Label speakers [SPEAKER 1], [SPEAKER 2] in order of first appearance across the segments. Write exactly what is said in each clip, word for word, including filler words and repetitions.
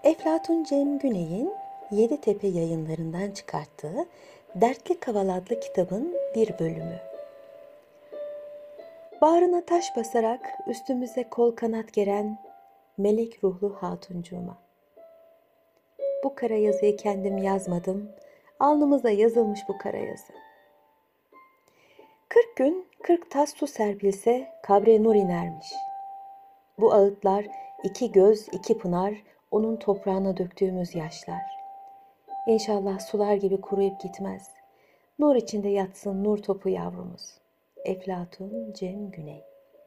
[SPEAKER 1] Eflatun Cem Güney'in Yeditepe Yayınlarından çıkarttığı Dertli Kaval adlı kitabın bir bölümü. Bağrına taş basarak üstümüze kol kanat geren melek ruhlu hatuncuğuma. Bu kara yazıyı kendim yazmadım, alnımıza yazılmış bu kara yazı. Kırk gün kırk tas su serpilse kabre nur inermiş. Bu ağıtlar iki göz iki pınar, onun toprağına döktüğümüz yaşlar. İnşallah sular gibi kuruyup gitmez. Nur içinde yatsın nur topu yavrumuz. Eflatun Cem Güney.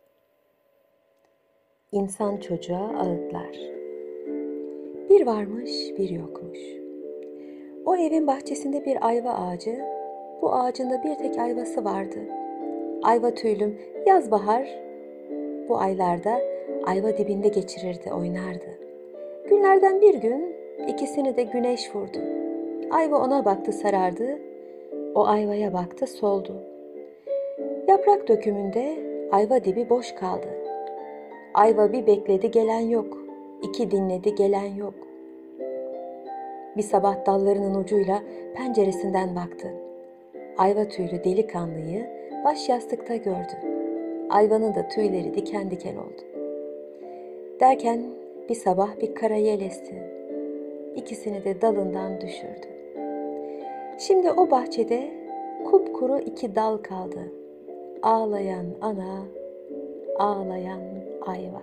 [SPEAKER 1] İnsan çocuğa ağıtlar. Bir varmış, bir yokmuş. O evin bahçesinde bir ayva ağacı, bu ağacın da bir tek ayvası vardı. Ayva tüylüm yaz bahar, bu aylarda ayva dibinde geçirirdi, oynardı. Günlerden bir gün ikisini de güneş vurdu. Ayva ona baktı, sarardı, o ayvaya baktı, soldu. Yaprak dökümünde ayva dibi boş kaldı. Ayva bir bekledi, gelen yok. İki dinledi, gelen yok. Bir sabah dallarının ucuyla penceresinden baktı. Ayva tüylü delikanlıyı baş yastıkta gördü. Ayvanın da tüyleri diken diken oldu. Derken bir sabah bir kara yel esti. İkisini de dalından düşürdü. Şimdi o bahçede kupkuru iki dal kaldı. Ağlayan ana, ağlayan ayva.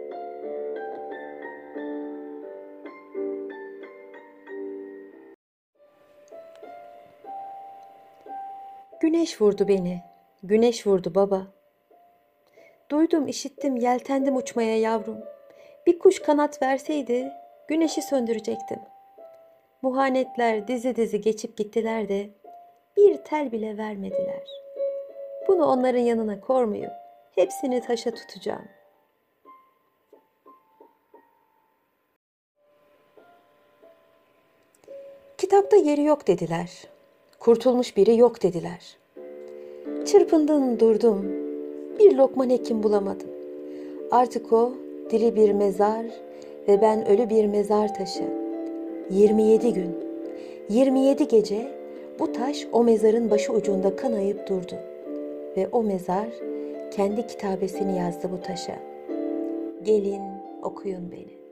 [SPEAKER 1] Güneş vurdu beni, güneş vurdu baba. Duydum, işittim, yeltendim uçmaya yavrum. Bir kuş kanat verseydi güneşi söndürecektim. Muhanetler dizi dizi geçip gittiler de bir tel bile vermediler. Bunu onların yanına kormayıp hepsini taşa tutacağım. Kitapta yeri yok dediler. Kurtulmuş biri yok dediler. Çırpındım durdum. Bir lokma hekim bulamadım. Artık o diri bir mezar ve ben ölü bir mezar taşı. yirmi yedi gün, yirmi yedi gece bu taş o mezarın başı ucunda kanayıp durdu. Ve o mezar kendi kitabesini yazdı bu taşa. Gelin okuyun beni.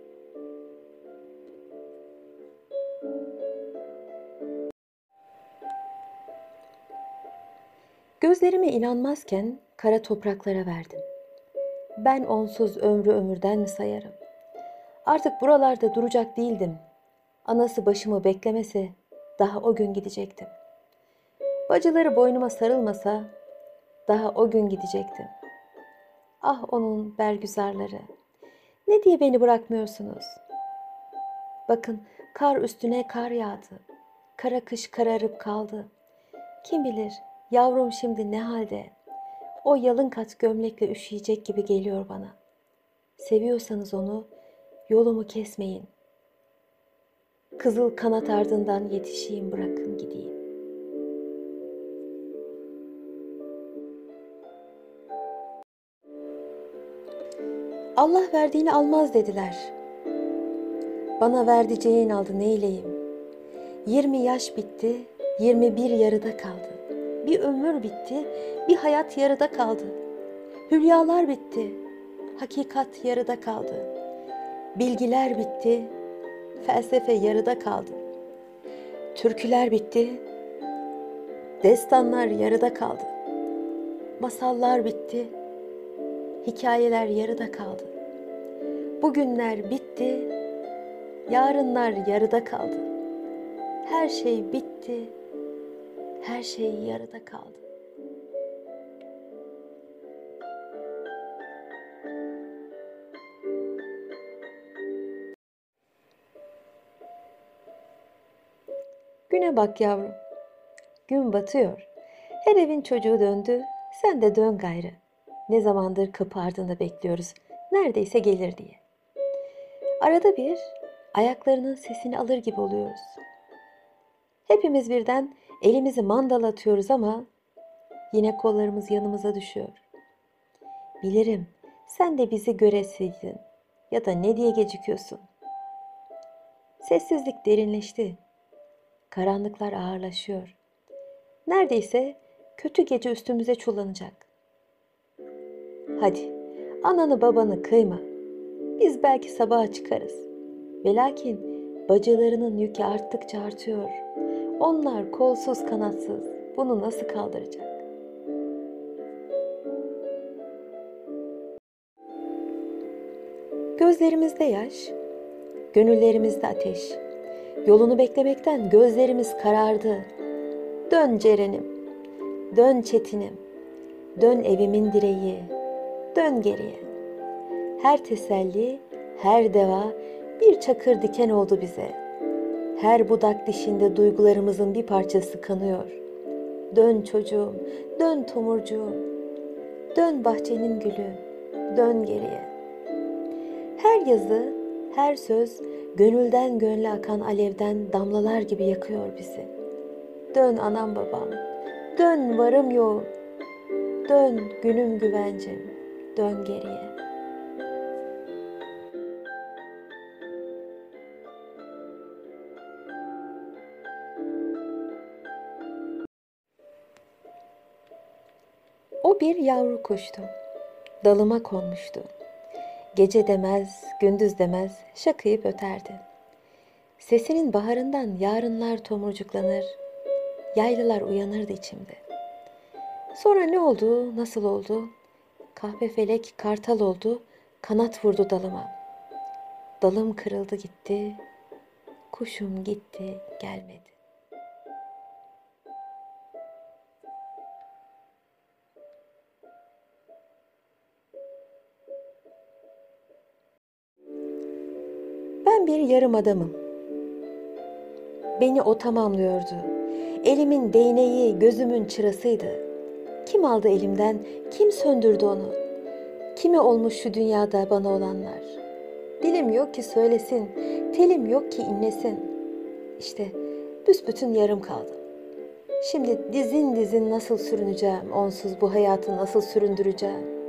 [SPEAKER 1] Gözlerime inanmazken kara topraklara verdim. Ben onsuz ömrü ömürden mi sayarım? Artık buralarda duracak değildim. Anası başımı beklemese daha o gün gidecektim. Bacıları boynuma sarılmasa daha o gün gidecektim. Ah onun bergüzarları, ne diye beni bırakmıyorsunuz? Bakın kar üstüne kar yağdı. Kara kış kararıp kaldı. Kim bilir yavrum şimdi ne halde? O yalın kat gömlekle üşüyecek gibi geliyor bana. Seviyorsanız onu yolumu kesmeyin. Kızıl kanat ardından yetişeyim, bırakın gideyim. Allah verdiğini almaz dediler. Bana verdiceğin aldı, neyleyim? Yirmi yaş bitti, yirmi bir yarıda kaldı. Bir ömür bitti, bir hayat yarıda kaldı. Hülyalar bitti, hakikat yarıda kaldı. Bilgiler bitti, felsefe yarıda kaldı. Türküler bitti, destanlar yarıda kaldı. Masallar bitti, hikayeler yarıda kaldı. Bugünler bitti, yarınlar yarıda kaldı. Her şey bitti, her şey yarıda kaldı. Güne bak yavrum, gün batıyor. Her evin çocuğu döndü, sen de dön gayrı. Ne zamandır kapı ardında bekliyoruz, neredeyse gelir diye. Arada bir ayaklarının sesini alır gibi oluyoruz. Hepimiz birden elimizi mandal atıyoruz ama yine kollarımız yanımıza düşüyor. Bilirim sen de bizi göresiydin ya da ne diye gecikiyorsun. Sessizlik derinleşti. Karanlıklar ağırlaşıyor. Neredeyse kötü gece üstümüze çullanacak. Hadi, ananı babanı kıyma. Biz belki sabaha çıkarız. Ve lakin bacılarının yükü arttıkça artıyor. Onlar kolsuz kanatsız. Bunu nasıl kaldıracak? Gözlerimizde yaş, gönüllerimizde ateş. Yolunu beklemekten gözlerimiz karardı. Dön Ceren'im, dön Çetin'im, dön evimin direği, dön geriye. Her teselli, her deva bir çakır diken oldu bize. Her budak dişinde duygularımızın bir parçası kanıyor. Dön çocuğum, dön tomurcuğum, dön bahçenin gülü, dön geriye. Her yazı, her söz gönülden gönle akan alevden damlalar gibi yakıyor bizi. Dön anam babam, dön varım yoğum, dön günüm güvencim, dön geriye. O bir yavru kuştu, dalıma konmuştu. Gece demez, gündüz demez şakıyıp öterdi. Sesinin baharından yarınlar tomurcuklanır, yaylılar uyanırdı içimde. Sonra ne oldu, nasıl oldu? Kahpe felek kartal oldu, kanat vurdu dalıma. Dalım kırıldı gitti, kuşum gitti gelmedi. Ben bir yarım adamım. Beni o tamamlıyordu. Elimin değneği, gözümün çırasıydı. Kim aldı elimden, kim söndürdü onu? Kime olmuş şu dünyada bana olanlar? Dilim yok ki söylesin, telim yok ki inlesin. İşte büsbütün yarım kaldım. Şimdi dizin dizin nasıl sürüneceğim, onsuz bu hayatı nasıl süründüreceğim?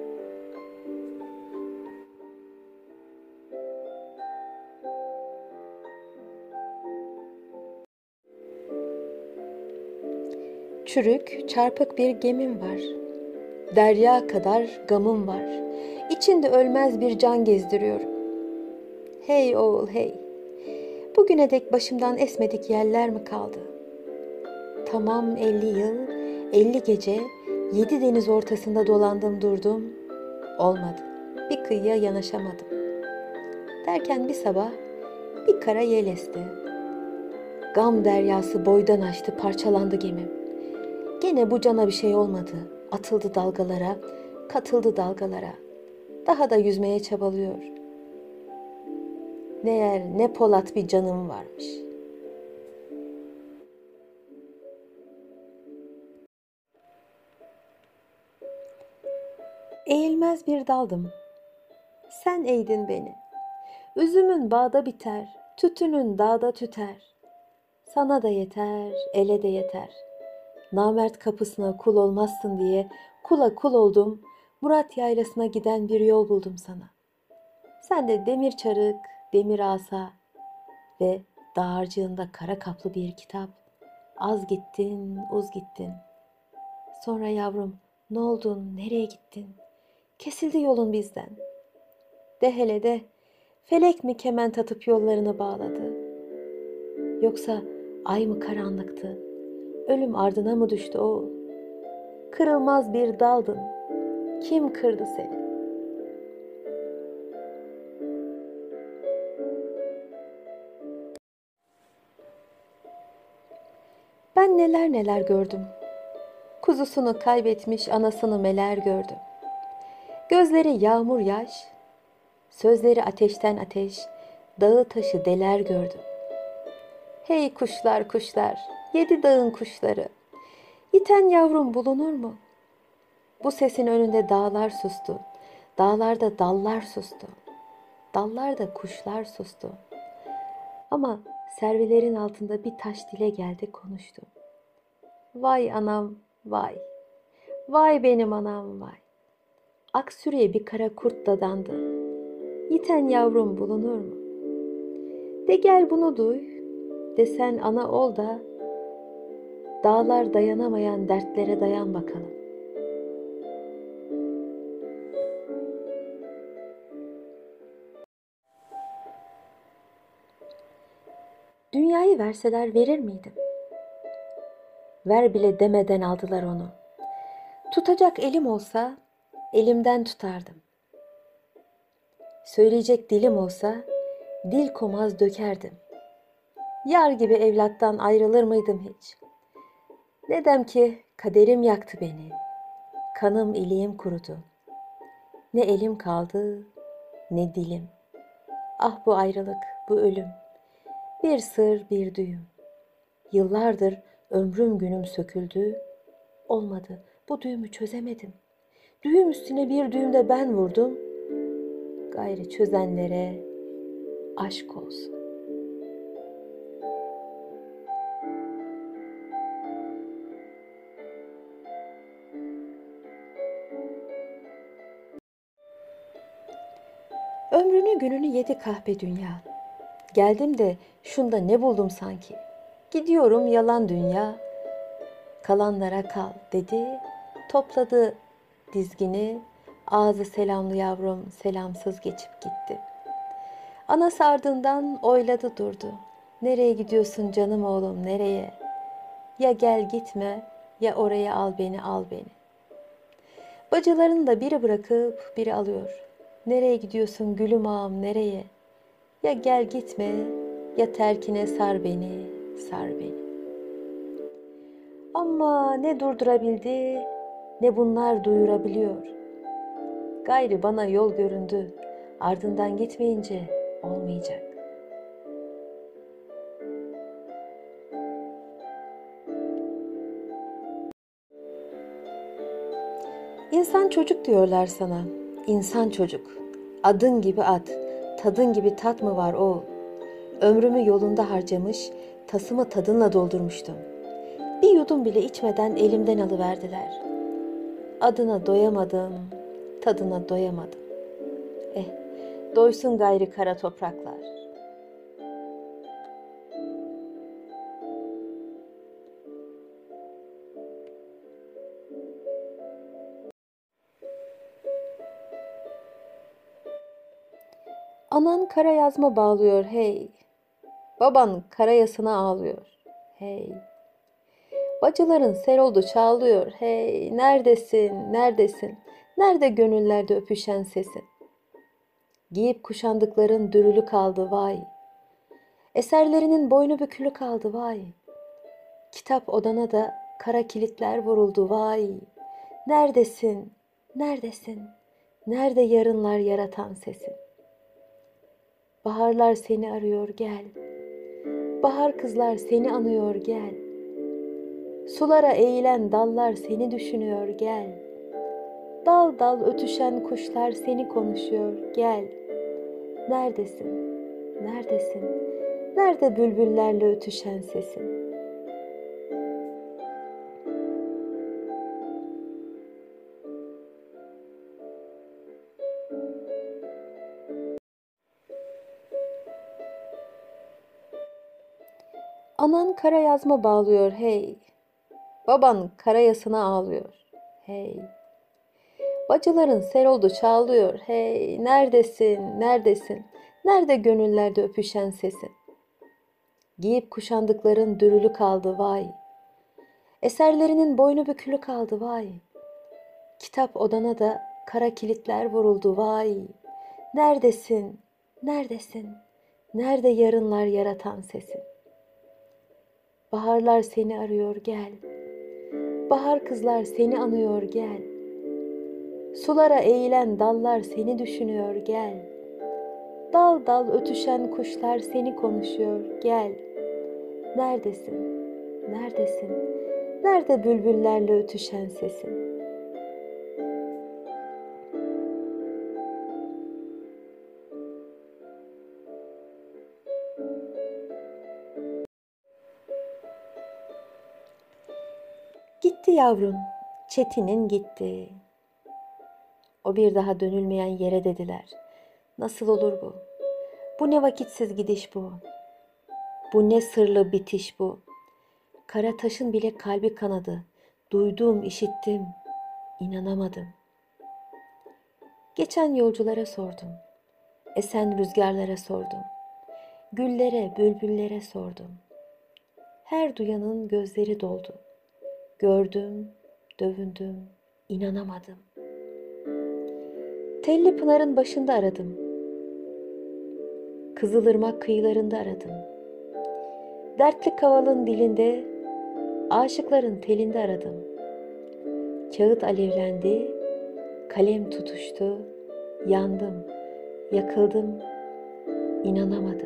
[SPEAKER 1] Çürük, çarpık bir gemim var. Derya kadar gamım var. İçinde ölmez bir can gezdiriyorum. Hey oğul hey, bugüne dek başımdan esmedik yerler mi kaldı? Tamam elli yıl, elli gece, yedi deniz ortasında dolandım durdum. Olmadı, bir kıyıya yanaşamadım. Derken bir sabah bir kara yel esti. Gam deryası boydan aştı, parçalandı gemim. Gene bu cana bir şey olmadı. Atıldı dalgalara, katıldı dalgalara. Daha da yüzmeye çabalıyor. Ne yer ne polat bir canım varmış. Eğilmez bir daldım. Sen eğdin beni. Üzümün bağda biter, tütünün dağda tüter. Sana da yeter, ele de yeter. Namert kapısına kul olmazsın diye kula kul oldum. Murat yaylasına giden bir yol buldum sana. Sen de demir çarık, demir asa ve dağarcığında kara kaplı bir kitap. Az gittin, uz gittin. Sonra yavrum, ne oldun, nereye gittin? Kesildi yolun bizden. De hele de, felek mi kement atıp yollarını bağladı? Yoksa ay mı karanlıktı? Ölüm ardına mı düştü oğul? Kırılmaz bir daldın. Kim kırdı seni? Ben neler neler gördüm. Kuzusunu kaybetmiş anasını meler gördüm. Gözleri yağmur yaş, sözleri ateşten ateş, dağı taşı deler gördüm. Hey kuşlar kuşlar, yedi dağın kuşları, yiten yavrum bulunur mu? Bu sesin önünde dağlar sustu, dağlarda dallar sustu, dallarda kuşlar sustu. Ama servilerin altında bir taş dile geldi konuştu. Vay anam vay, vay benim anam vay. Aksüreye bir kara kurt dadandı. Yiten yavrum bulunur mu? De gel bunu duy, de sen ana ol da dağlar dayanamayan dertlere dayan bakalım. Dünyayı verseler verir miydim? Ver bile demeden aldılar onu. Tutacak elim olsa elimden tutardım. Söyleyecek dilim olsa dil komaz dökerdim. Yar gibi evlattan ayrılır mıydım hiç? Ne dem ki kaderim yaktı beni. Kanım iliğim kurudu. Ne elim kaldı ne dilim. Ah bu ayrılık, bu ölüm. Bir sır, bir düğüm. Yıllardır ömrüm günüm söküldü. Olmadı, bu düğümü çözemedim. Düğüm üstüne bir düğüm de ben vurdum. Gayrı çözenlere aşk olsun. Ömrünü gününü yedi kahpe dünya. Geldim de şunda ne buldum sanki. Gidiyorum yalan dünya. Kalanlara kal dedi. Topladı dizgini. Ağzı selamlı yavrum selamsız geçip gitti. Anası ardından oyladı durdu. Nereye gidiyorsun canım oğlum nereye? Ya gel gitme ya oraya al beni al beni. Bacılarını da biri bırakıp biri alıyor. Nereye gidiyorsun gülüm ağam nereye? Ya gel gitme ya terkine sar beni sar beni. Ama ne durdurabildi ne bunlar duyurabiliyor. Gayrı bana yol göründü. Ardından gitmeyince olmayacak. İnsan çocuk diyorlar sana. İnsan çocuk. Adın gibi ad, tadın gibi tat mı var oğul? Ömrümü yolunda harcamış, tasımı tadınla doldurmuştum. Bir yudum bile içmeden elimden alıverdiler. Adına doyamadım, tadına doyamadım. Eh, doysun gayrı kara topraklar. Anan kara yazma bağlıyor hey. Baban kara yasına ağlıyor hey. Bacıların sel oldu çağlıyor hey. Neredesin, neredesin? Nerede gönüllerde öpüşen sesin? Giyip kuşandıkların dürülü kaldı vay. Eserlerinin boynu bükülü kaldı vay. Kitap odana da kara kilitler vuruldu vay. Neredesin, neredesin? Nerede yarınlar yaratan sesin? Baharlar seni arıyor gel. Bahar kızlar seni anıyor gel. Sulara eğilen dallar seni düşünüyor gel. Dal dal ötüşen kuşlar seni konuşuyor gel. Neredesin, neredesin? Nerede bülbüllerle ötüşen sesin? Anan kara yazma bağlıyor hey. Baban kara yasına ağlıyor hey. Bacıların sel oldu çağlıyor hey. Neredesin, neredesin? Nerede gönüllerde öpüşen sesin? Giyip kuşandıkların dürülü kaldı vay. Eserlerinin boynu bükülü kaldı vay. Kitap odana da kara kilitler vuruldu vay. Neredesin, neredesin? Nerede yarınlar yaratan sesin? Baharlar seni arıyor gel. Bahar kızlar seni anıyor gel. Sulara eğilen dallar seni düşünüyor gel. Dal dal ötüşen kuşlar seni konuşuyor gel. Neredesin, neredesin? Nerede bülbüllerle ötüşen sesin? Gitti yavrum, Çetin'in gitti. O bir daha dönülmeyen yere dediler. Nasıl olur bu? Bu ne vakitsiz gidiş bu? Bu ne sırlı bitiş bu. Kara taşın bile kalbi kanadı. Duydum, işittim, inanamadım. Geçen yolculara sordum. Esen rüzgarlara sordum. Güllere, bülbüllere sordum. Her duyanın gözleri doldu. Gördüm, dövündüm, inanamadım. Telli Pınar'ın başında aradım. Kızılırmak kıyılarında aradım. Dertli kavalın dilinde, aşıkların telinde aradım. Kağıt alevlendi, kalem tutuştu, yandım, yakıldım, inanamadım.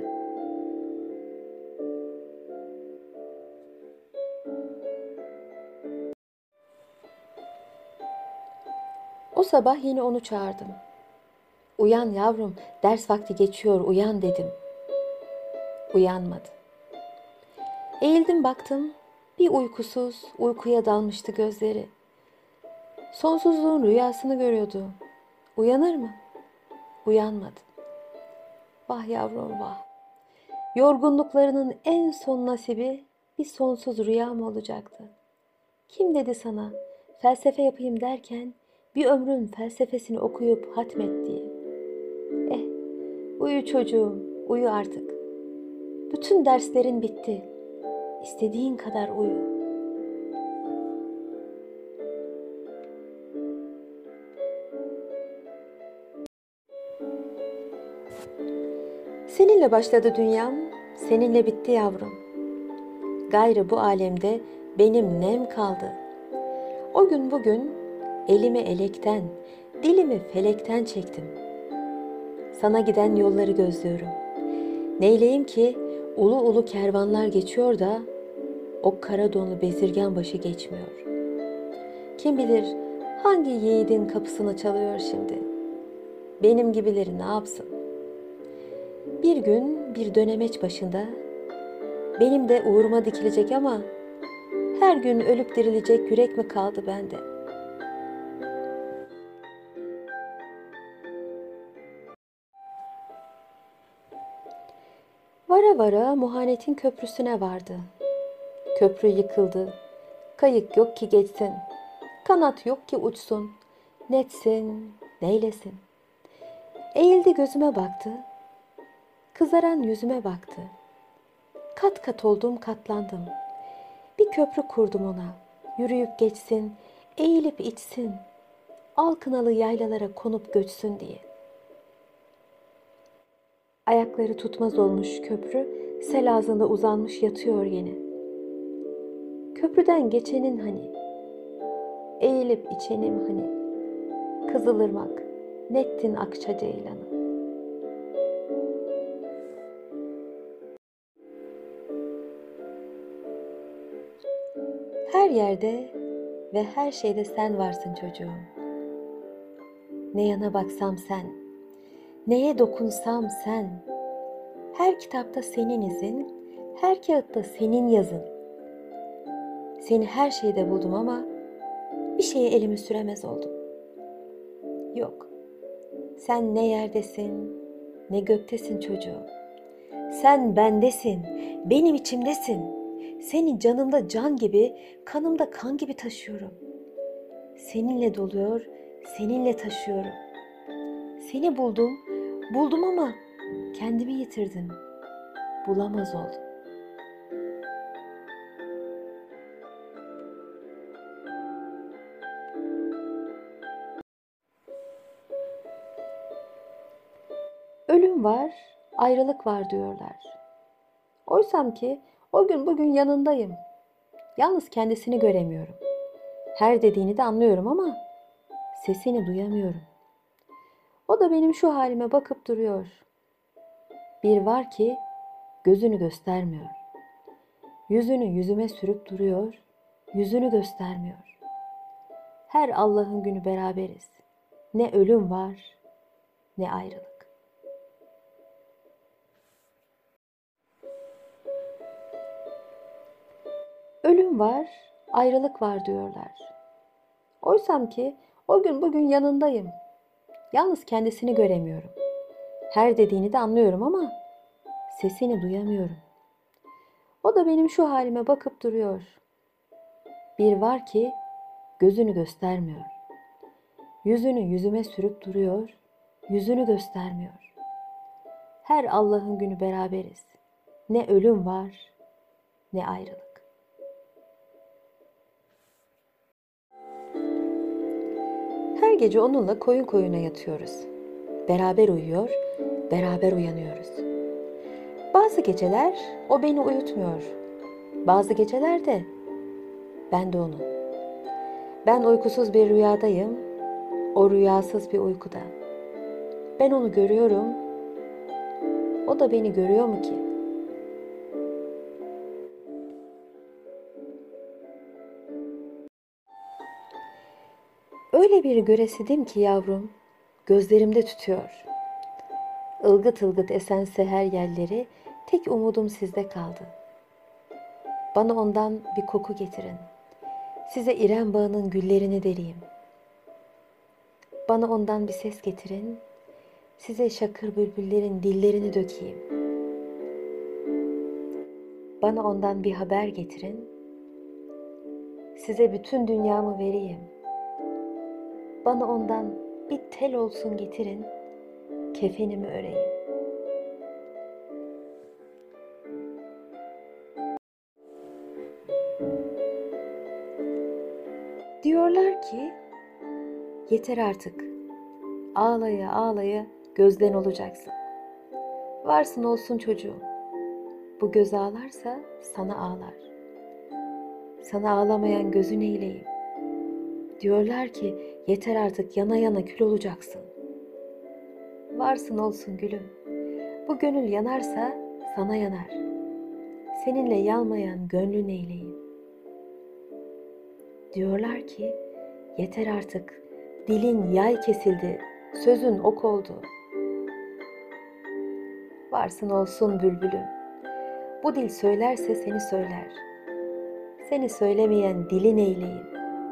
[SPEAKER 1] O sabah yine onu çağırdım. Uyan yavrum, ders vakti geçiyor, uyan dedim. Uyanmadı. Eğildim baktım, bir uykusuz, uykuya dalmıştı gözleri. Sonsuzluğun rüyasını görüyordu. Uyanır mı? Uyanmadı. Vah yavrum vah. Yorgunluklarının en son nasibi bir sonsuz rüya mı olacaktı? Kim dedi sana felsefe yapayım derken bir ömrün felsefesini okuyup hatmet diye? Eh, uyu çocuğum, uyu artık. Bütün derslerin bitti. İstediğin kadar uyu. Seninle başladı dünyam, seninle bitti yavrum. Gayrı bu alemde benim nem kaldı. O gün bugün elimi elekten, dilimi felekten çektim. Sana giden yolları gözlüyorum. Neyleyim ki ulu ulu kervanlar geçiyor da o kara donlu bezirgan başı geçmiyor. Kim bilir hangi yiğidin kapısını çalıyor şimdi? Benim gibileri ne yapsın? Bir gün bir dönemeç başında benim de uğruma dikilecek ama her gün ölüp dirilecek yürek mi kaldı bende? Vara vara muhanetin köprüsüne vardı. Köprü yıkıldı. Kayık yok ki geçsin. Kanat yok ki uçsun. Netsin, neylesin? Eğildi gözüme baktı. Kızaran yüzüme baktı. Kat kat oldum, katlandım. Bir köprü kurdum ona. Yürüyüp geçsin, eğilip içsin. Alkınalı yaylalara konup göçsün diye. Ayakları tutmaz olmuş köprü, sel ağzında uzanmış yatıyor yine. Köprüden geçenin hani, eğilip içenim hani, Kızılırmak, nettin akça ceylanı. Her yerde ve her şeyde sen varsın çocuğum. Ne yana baksam sen, neye dokunsam sen. Her kitapta senin izin, her kağıtta senin yazın. Seni her şeyde buldum ama bir şeye elimi süremez oldum. Yok, sen ne yerdesin, ne göktesin çocuğum. Sen bendesin, benim içimdesin. Seni canımda can gibi, kanımda kan gibi taşıyorum. Seninle doluyor, seninle taşıyorum. Seni buldum, buldum ama kendimi yitirdim. Bulamaz oldum. Ölüm var, ayrılık var diyorlar. Oysam ki o gün bugün yanındayım. Yalnız kendisini göremiyorum. Her dediğini de anlıyorum ama sesini duyamıyorum. O da benim şu halime bakıp duruyor. Bir var ki gözünü göstermiyor. Yüzünü yüzüme sürüp duruyor, yüzünü göstermiyor. Her Allah'ın günü beraberiz. Ne ölüm var, ne ayrılık. Ölüm var, ayrılık var diyorlar. Oysam ki o gün bugün yanındayım. Yalnız kendisini göremiyorum. Her dediğini de anlıyorum ama sesini duyamıyorum. O da benim şu halime bakıp duruyor. Bir var ki gözünü göstermiyor. Yüzünü yüzüme sürüp duruyor, yüzünü göstermiyor. Her Allah'ın günü beraberiz. Ne ölüm var, ne ayrılık. Her gece onunla koyun koyuna yatıyoruz. Beraber uyuyor, beraber uyanıyoruz. Bazı geceler o beni uyutmuyor. Bazı geceler de ben de onu. Ben uykusuz bir rüyadayım, o rüyasız bir uykuda. Ben onu görüyorum, o da beni görüyor mu ki? Öyle bir göresidim ki yavrum, gözlerimde tütüyor. Ilgıt ılgıt esen seher yelleri, tek umudum sizde kaldı. Bana ondan bir koku getirin. Size İrem Bağı'nın güllerini deleyim. Bana ondan bir ses getirin. Size şakır bülbüllerin dillerini dökeyim. Bana ondan bir haber getirin. Size bütün dünyamı vereyim. Bana ondan bir tel olsun getirin. Kefenimi öreyim. Diyorlar ki yeter artık. Ağlaya ağlaya gözden olacaksın. Varsın olsun çocuğum. Bu göz ağlarsa sana ağlar. Sana ağlamayan gözün eyleyim. Diyorlar ki yeter artık, yana yana kül olacaksın. Varsın olsun gülüm. Bu gönül yanarsa sana yanar. Seninle yanmayan gönlün eyleyim. Diyorlar ki yeter artık, dilin yay kesildi, sözün ok oldu. Varsın olsun bülbülüm. Bu dil söylerse seni söyler. Seni söylemeyen dilin eyleyim.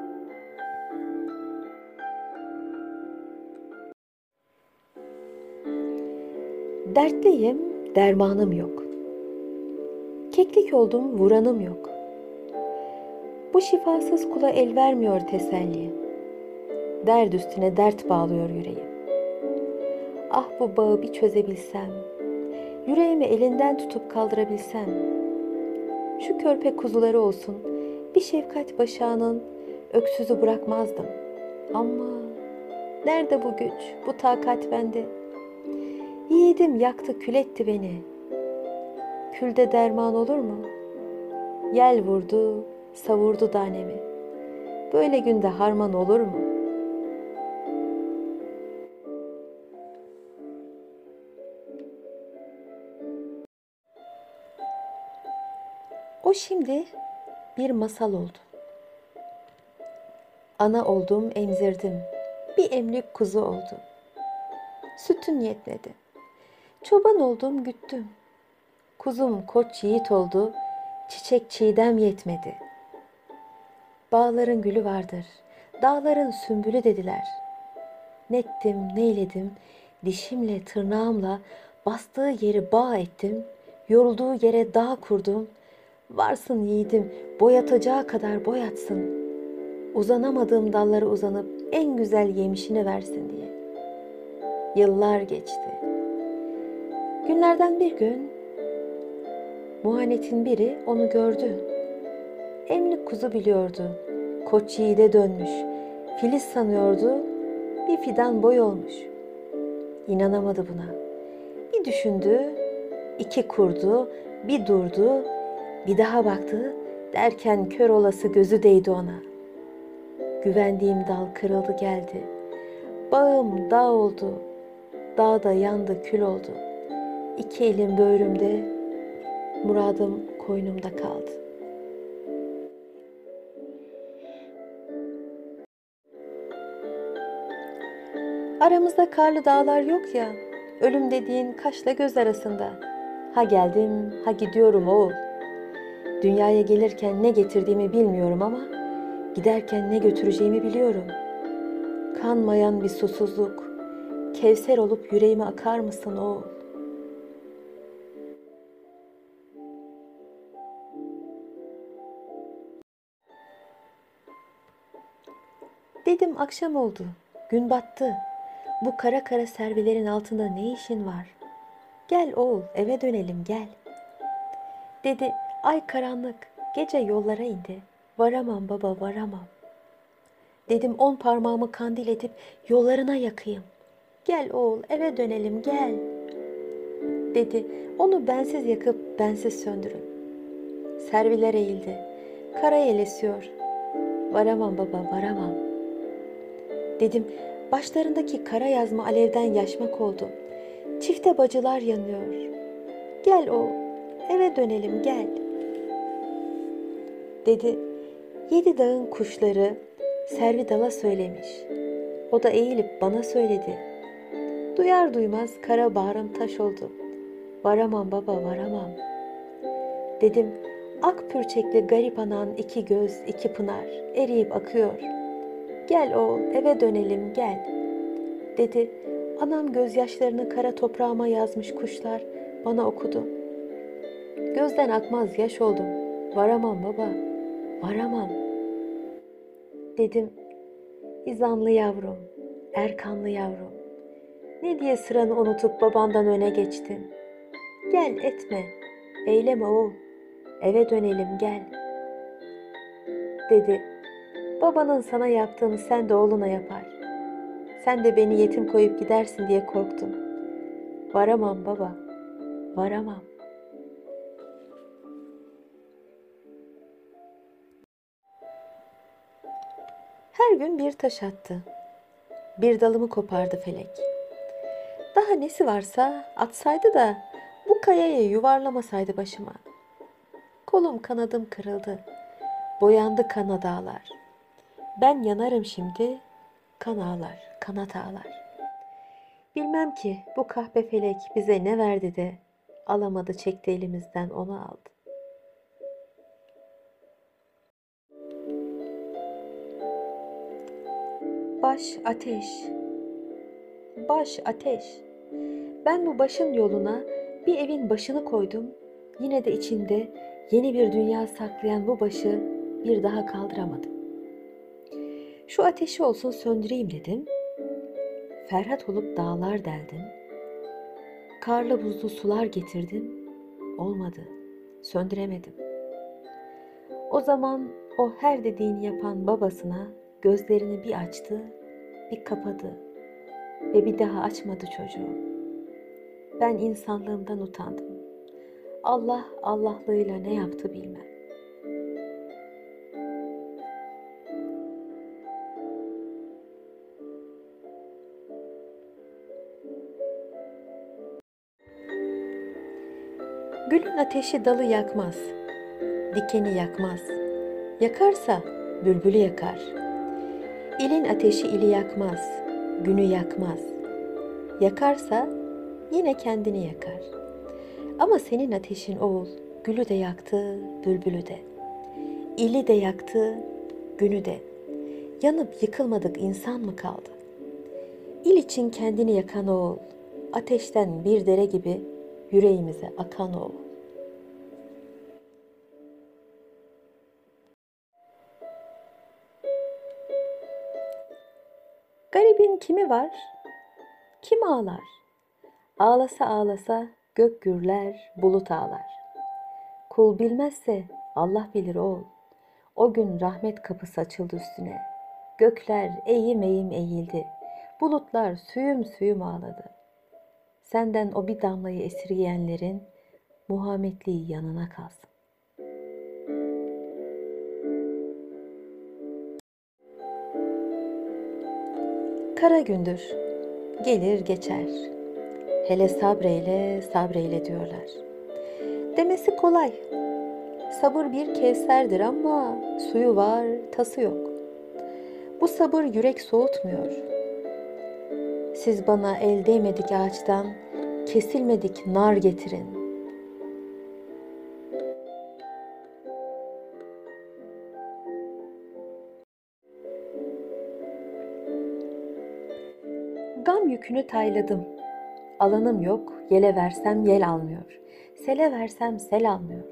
[SPEAKER 1] Dertliyim, dermanım yok. Keklik oldum, vuranım yok. Bu şifasız kula el vermiyor teselli. Dert üstüne dert bağlıyor yüreğim. Ah bu bağı bir çözebilsem, yüreğimi elinden tutup kaldırabilsem, şu körpe kuzuları olsun, bir şefkat başağının öksüzü bırakmazdım. Ama nerede bu güç, bu takat bende? Yiğidim yaktı, kül etti beni. Külde derman olur mu? Yel vurdu, savurdu danemi. Böyle günde harman olur mu? O şimdi bir masal oldu. Ana oldum, emzirdim. Bir emlik kuzu oldu. Sütün yetmedi. Çoban oldum, güttüm. Kuzum koç yiğit oldu. Çiçek çiğdem yetmedi. Bağların gülü vardır. Dağların sümbülü dediler. Nettim, neyledim. Dişimle, tırnağımla bastığı yeri bağ ettim. Yorulduğu yere dağ kurdum. Varsın yiğidim, boyatacağı kadar boyatsın. Uzanamadığım dallara uzanıp en güzel yemişini versin diye. Yıllar geçti. Günlerden bir gün muhanetin biri onu gördü. Emlik kuzu biliyordu. Koç yiğide dönmüş. Filiz sanıyordu. Bir fidan boy olmuş. İnanamadı buna. Bir düşündü, iki kurdu, bir durdu, bir daha baktı. Derken kör olası gözü değdi ona. Güvendiğim dal kırıldı geldi. Bağım dağ oldu. Dağ da yandı, kül oldu. İki elim böğrümde, muradım koynumda kaldı. Aramızda karlı dağlar yok ya, ölüm dediğin kaşla göz arasında. Ha geldim, ha gidiyorum oğul. Dünyaya gelirken ne getirdiğimi bilmiyorum ama giderken ne götüreceğimi biliyorum. Kanmayan bir susuzluk, Kevser olup yüreğime akar mısın oğul? Dedim akşam oldu, gün battı. Bu kara kara servilerin altında ne işin var? Gel oğul, eve dönelim gel. Dedi, ay karanlık, gece yollara indi. Varamam baba, varamam. Dedim on parmağımı kandil edip yollarına yakayım. Gel oğul, eve dönelim gel. Dedi, onu bensiz yakıp bensiz söndürün. Serviler eğildi, kara yel esiyor. Varamam baba, varamam. Dedim, başlarındaki kara yazma alevden yaşmak oldu. Çifte bacılar yanıyor. Gel oğul, eve dönelim gel. Dedi, yedi dağın kuşları Servi dala söylemiş. O da eğilip bana söyledi. Duyar duymaz kara bağrım taş oldu. Varamam baba, varamam. Dedim, ak pürçekli garip anan iki göz, iki pınar eriyip akıyor. Gel oğul, eve dönelim gel. Dedi, anam gözyaşlarını kara toprağıma yazmış kuşlar bana okudu. Gözden akmaz yaş oldum. Varamam baba, varamam. Dedim, İzanlı yavrum, Erkanlı yavrum, ne diye sıranı unutup babandan öne geçtin? Gel etme, eyleme oğul, eve dönelim gel. Dedi, babanın sana yaptığını sen de oğluna yapar. Sen de beni yetim koyup gidersin diye korktum. Varamam baba, varamam. Her gün bir taş attı. Bir dalımı kopardı felek. Daha nesi varsa atsaydı da bu kayaya yuvarlamasaydı başıma. Kolum kanadım kırıldı. Boyandı kana dağlar. Ben yanarım şimdi, kan ağlar, kanat ağlar. Bilmem ki bu kahpe felek bize ne verdi de alamadı çekti elimizden onu aldı. Baş ateş, baş ateş. Ben bu başın yoluna bir evin başını koydum. Yine de içinde yeni bir dünya saklayan bu başı bir daha kaldıramadım. Şu ateşi olsun söndüreyim dedim. Ferhat olup dağlar deldim. Karlı buzlu sular getirdim. Olmadı, söndüremedim. O zaman o her dediğini yapan babasına gözlerini bir açtı, bir kapadı ve bir daha açmadı çocuğu. Ben insanlığımdan utandım. Allah Allahlığıyla ne yaptı bilmem. Gülün ateşi dalı yakmaz, dikeni yakmaz. Yakarsa bülbülü yakar. İlin ateşi ili yakmaz, günü yakmaz. Yakarsa yine kendini yakar. Ama senin ateşin oğul, gülü de yaktı, bülbülü de. İli de yaktı, günü de. Yanıp yıkılmadık insan mı kaldı? İl için kendini yakan oğul, ateşten bir dere gibi yüreğimize akan oğul. Garibin kimi var, kim ağlar? Ağlasa ağlasa gök gürler, bulut ağlar. Kul bilmezse Allah bilir oğul. O gün rahmet kapısı açıldı üstüne. Gökler eğim eğim eğildi. Bulutlar süyüm süyüm ağladı. Senden o bir damlayı esirgeyenlerin muhametliği yanına kalsın. Kara gündür, gelir geçer. Hele sabreyle, sabreyle diyorlar. Demesi kolay. Sabır bir kevserdir ama suyu var, tası yok. Bu sabır yürek soğutmuyor. Siz bana el değmedik ağaçtan, kesilmedik nar getirin. Gam yükünü tayladım. Alanım yok, yele versem yel almıyor. Sele versem sel almıyor.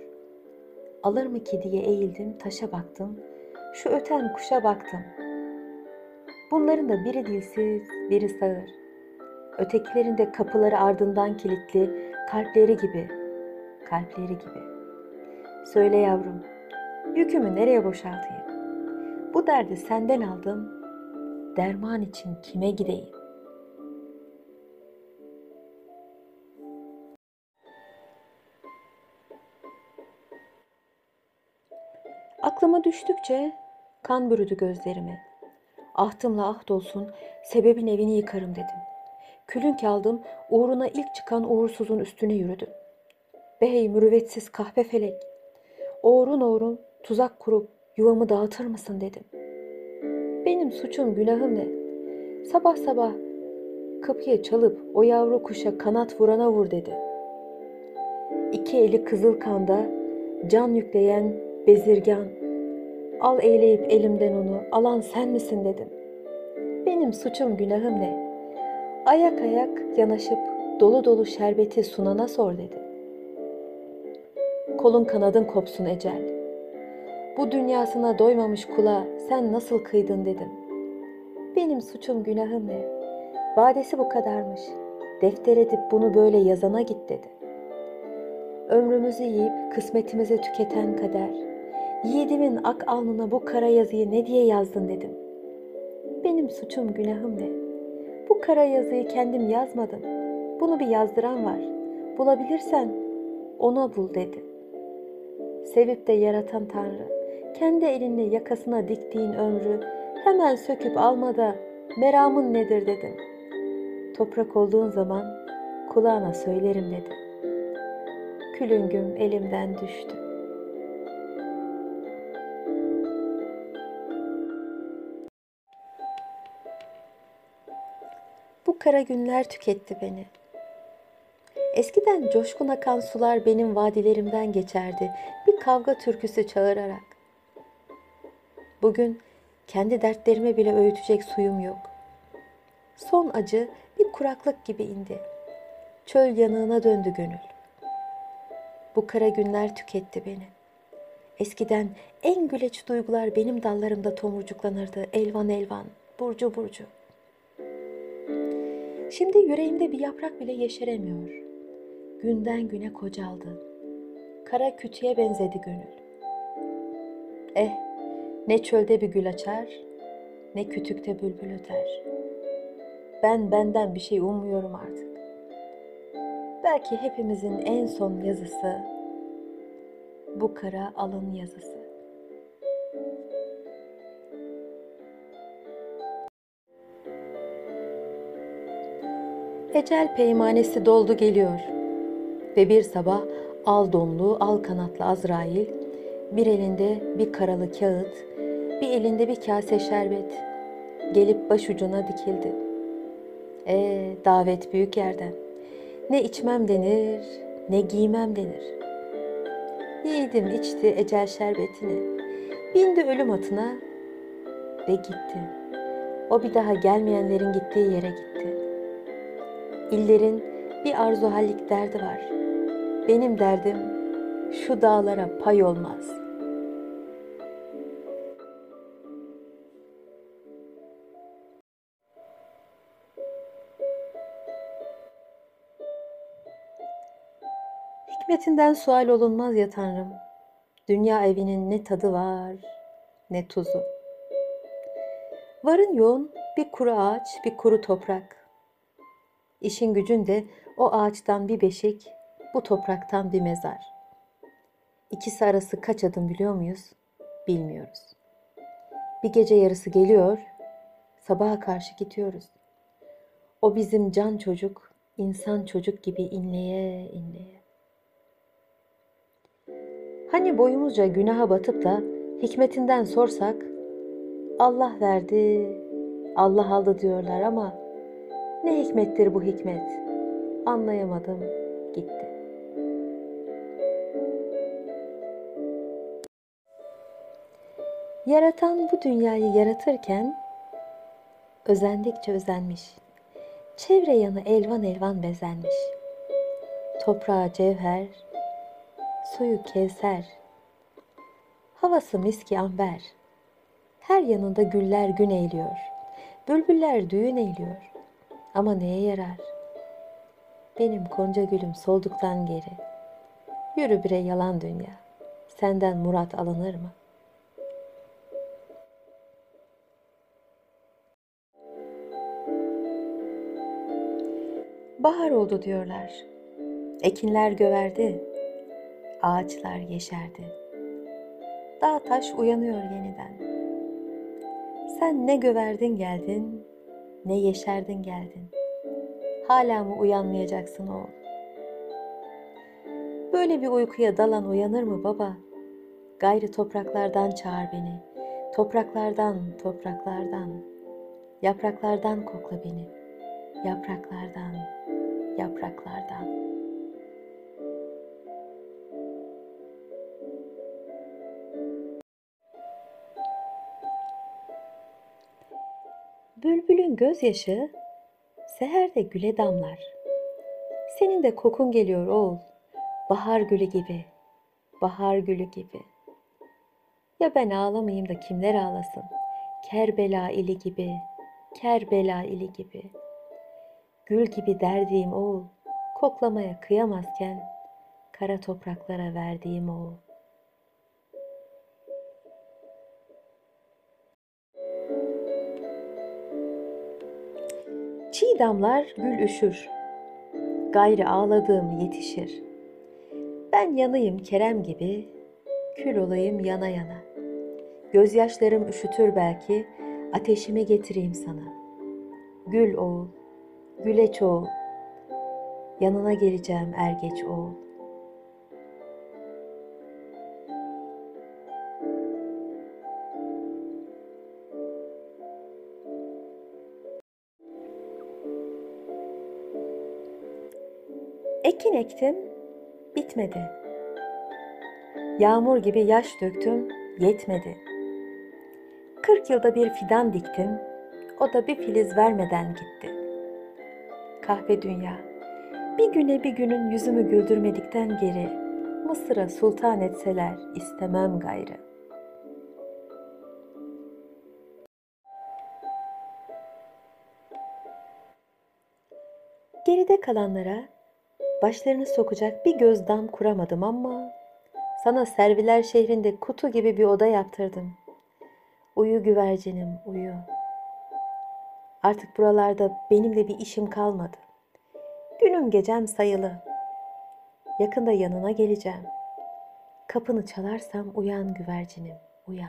[SPEAKER 1] Alır mı ki diye eğildim, taşa baktım. Şu öten kuşa baktım. Bunların da biri dilsiz, biri sağır. Ötekilerin de kapıları ardından kilitli, kalpleri gibi, kalpleri gibi. Söyle yavrum, yükümü nereye boşaltayım? Bu derdi senden aldım, derman için kime gideyim? Aklıma düştükçe kan bürüdü gözlerime. Ahtımla ahd olsun, sebebin evini yıkarım dedim. Külünk aldım, uğruna ilk çıkan uğursuzun üstüne yürüdüm. Bey mürüvvetsiz kahpe felek, oğrun oğrun tuzak kurup yuvamı dağıtır mısın dedim. Benim suçum günahım ne? Sabah sabah kapıya çalıp o yavru kuşa kanat vurana vur dedi. İki eli kızıl kanda can yükleyen bezirgan, al eyleyip elimden onu alan sen misin dedim. Benim suçum günahım ne? Ayak ayak yanaşıp dolu dolu şerbeti sunana sor dedi. Kolun kanadın kopsun ecel. Bu dünyasına doymamış kula sen nasıl kıydın dedim. Benim suçum günahım ne? Vadesi bu kadarmış. Defter edip bunu böyle yazana git dedi. Ömrümüzü yiyip kısmetimizi tüketen kader, yiğidimin ak alnına bu kara yazıyı ne diye yazdın dedim. Benim suçum günahım ne? Bu kara yazıyı kendim yazmadım. Bunu bir yazdıran var. Bulabilirsen ona bul dedi. Sevip de yaratan Tanrı, kendi elinle yakasına diktiğin ömrü hemen söküp almada meramın nedir dedim. Toprak olduğun zaman kulağına söylerim dedi. Külüngüm elimden düştü. Bu kara günler tüketti beni. Eskiden coşkun akan sular benim vadilerimden geçerdi, bir kavga türküsü çağırarak. Bugün kendi dertlerime bile öğütecek suyum yok. Son acı bir kuraklık gibi indi. Çöl yanığına döndü gönül. Bu kara günler tüketti beni. Eskiden en güleç duygular benim dallarımda tomurcuklanırdı, elvan elvan, burcu burcu. Şimdi yüreğimde bir yaprak bile yeşeremiyor. Günden güne kocaldı. Kara kütüğe benzedi gönül. Eh, ne çölde bir gül açar, ne kütükte bülbül öter. Ben benden bir şey ummuyorum artık. Belki hepimizin en son yazısı bu kara alın yazısı. Ecel peymanesi doldu geliyor ve bir sabah al donlu, al kanatlı Azrail, bir elinde bir karalı kağıt, bir elinde bir kase şerbet, gelip başucuna dikildi. E davet büyük yerden. Ne içmem denir, ne giymem denir. Yiğidim içti ecel şerbetini, bindi ölüm atına ve gitti. O bir daha gelmeyenlerin gittiği yere gitti. İllerin bir arzu hallik derdi var. Benim derdim şu dağlara pay olmaz. Hikmetinden sual olunmaz ya Tanrım. Dünya evinin ne tadı var, ne tuzu. Varın yoğun bir kuru ağaç, bir kuru toprak. İşin gücün de o ağaçtan bir beşik, bu topraktan bir mezar. İkisi arası kaç adım biliyor muyuz? Bilmiyoruz. Bir gece yarısı geliyor, sabaha karşı gidiyoruz. O bizim can çocuk, insan çocuk gibi inleye inleye. Hani boyumuzca günaha batıp da hikmetinden sorsak, Allah verdi, Allah aldı diyorlar ama ne hikmettir bu hikmet? Anlayamadım, gitti. Yaratan bu dünyayı yaratırken özendikçe özenmiş. Çevre yanı elvan elvan bezenmiş. Toprağı cevher, suyu kevser, havası miski amber. Her yanında güller gün eğiliyor. Bülbüller düğün eğiliyor. Ama neye yarar? Benim gonca gülüm solduktan geri. Yürü bre yalan dünya. Senden murat alınır mı? Bahar oldu diyorlar. Ekinler göverdi. Ağaçlar yeşerdi. Dağ taş uyanıyor yeniden. Sen ne göverdin geldin, ne yeşerdin geldin. Hala mı uyanmayacaksın oğul? Böyle bir uykuya dalan uyanır mı baba? Gayrı topraklardan çağır beni. Topraklardan, topraklardan. Yapraklardan kokla beni. Yapraklardan, yapraklardan. Bülbülün gözyaşı seherde güle damlar. Senin de kokun geliyor oğul. Bahar gülü gibi, bahar gülü gibi. Ya ben ağlamayayım da kimler ağlasın? Kerbela ili gibi, Kerbela ili gibi. Gül gibi derdiğim oğul, koklamaya kıyamazken kara topraklara verdiğim oğul. Çiğ damlar gül üşür, gayrı ağladığım yetişir. Ben yanayım Kerem gibi, kül olayım yana yana. Gözyaşlarım üşütür belki, ateşimi getireyim sana. Gül oğul, güleç oğul, yanına geleceğim er geç oğul. Ekin ektim, bitmedi. Yağmur gibi yaş döktüm, yetmedi. Kırk yılda bir fidan diktim, o da bir filiz vermeden gitti. Kahpe dünya, bir güne bir günün yüzümü güldürmedikten geri, Mısır'a sultan etseler istemem gayrı. Geride kalanlara başlarını sokacak bir göz dam kuramadım ama sana Serviler şehrinde kutu gibi bir oda yaptırdım. Uyu güvercinim, uyu. Artık buralarda benim de bir işim kalmadı. Günüm gecem sayılı. Yakında yanına geleceğim. Kapını çalarsam uyan güvercinim, uyan.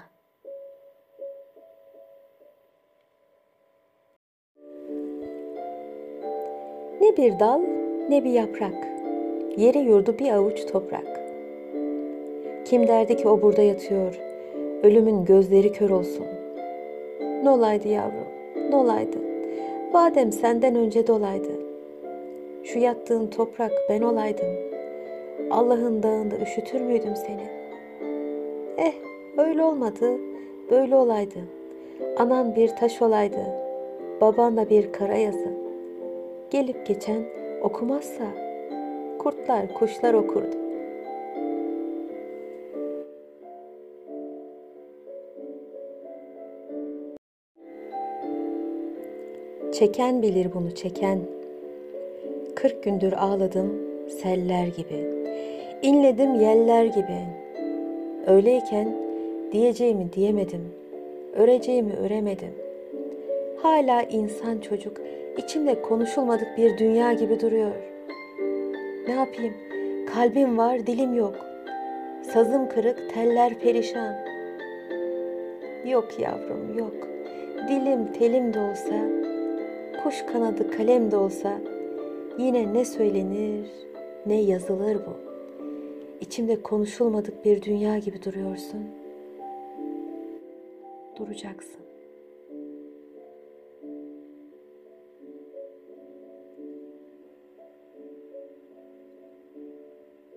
[SPEAKER 1] Ne bir dal, ne bir yaprak. Yeri yurdu bir avuç toprak. Kim derdi ki o burada yatıyor, ölümün gözleri kör olsun. Nolaydı yavrum, nolaydı. Badem senden önce dolaydı. Şu yattığın toprak ben olaydım. Allah'ın dağında üşütür müydüm seni? Eh, öyle olmadı, böyle olaydı. Anan bir taş olaydı, baban da bir kara yazı. Gelip geçen okumazsa, kurtlar kuşlar okurdu. Çeken bilir bunu çeken. Kırk gündür ağladım seller gibi. İnledim yeller gibi. Öyleyken diyeceğimi diyemedim. Öreceğimi öremedim. Hala insan çocuk, içimde konuşulmadık bir dünya gibi duruyor. Ne yapayım? Kalbim var, dilim yok. Sazım kırık, teller perişan. Yok yavrum, yok. Dilim telim de olsa, kuş kanadı kalem de olsa, yine ne söylenir, ne yazılır bu. İçimde konuşulmadık bir dünya gibi duruyorsun. Duracaksın.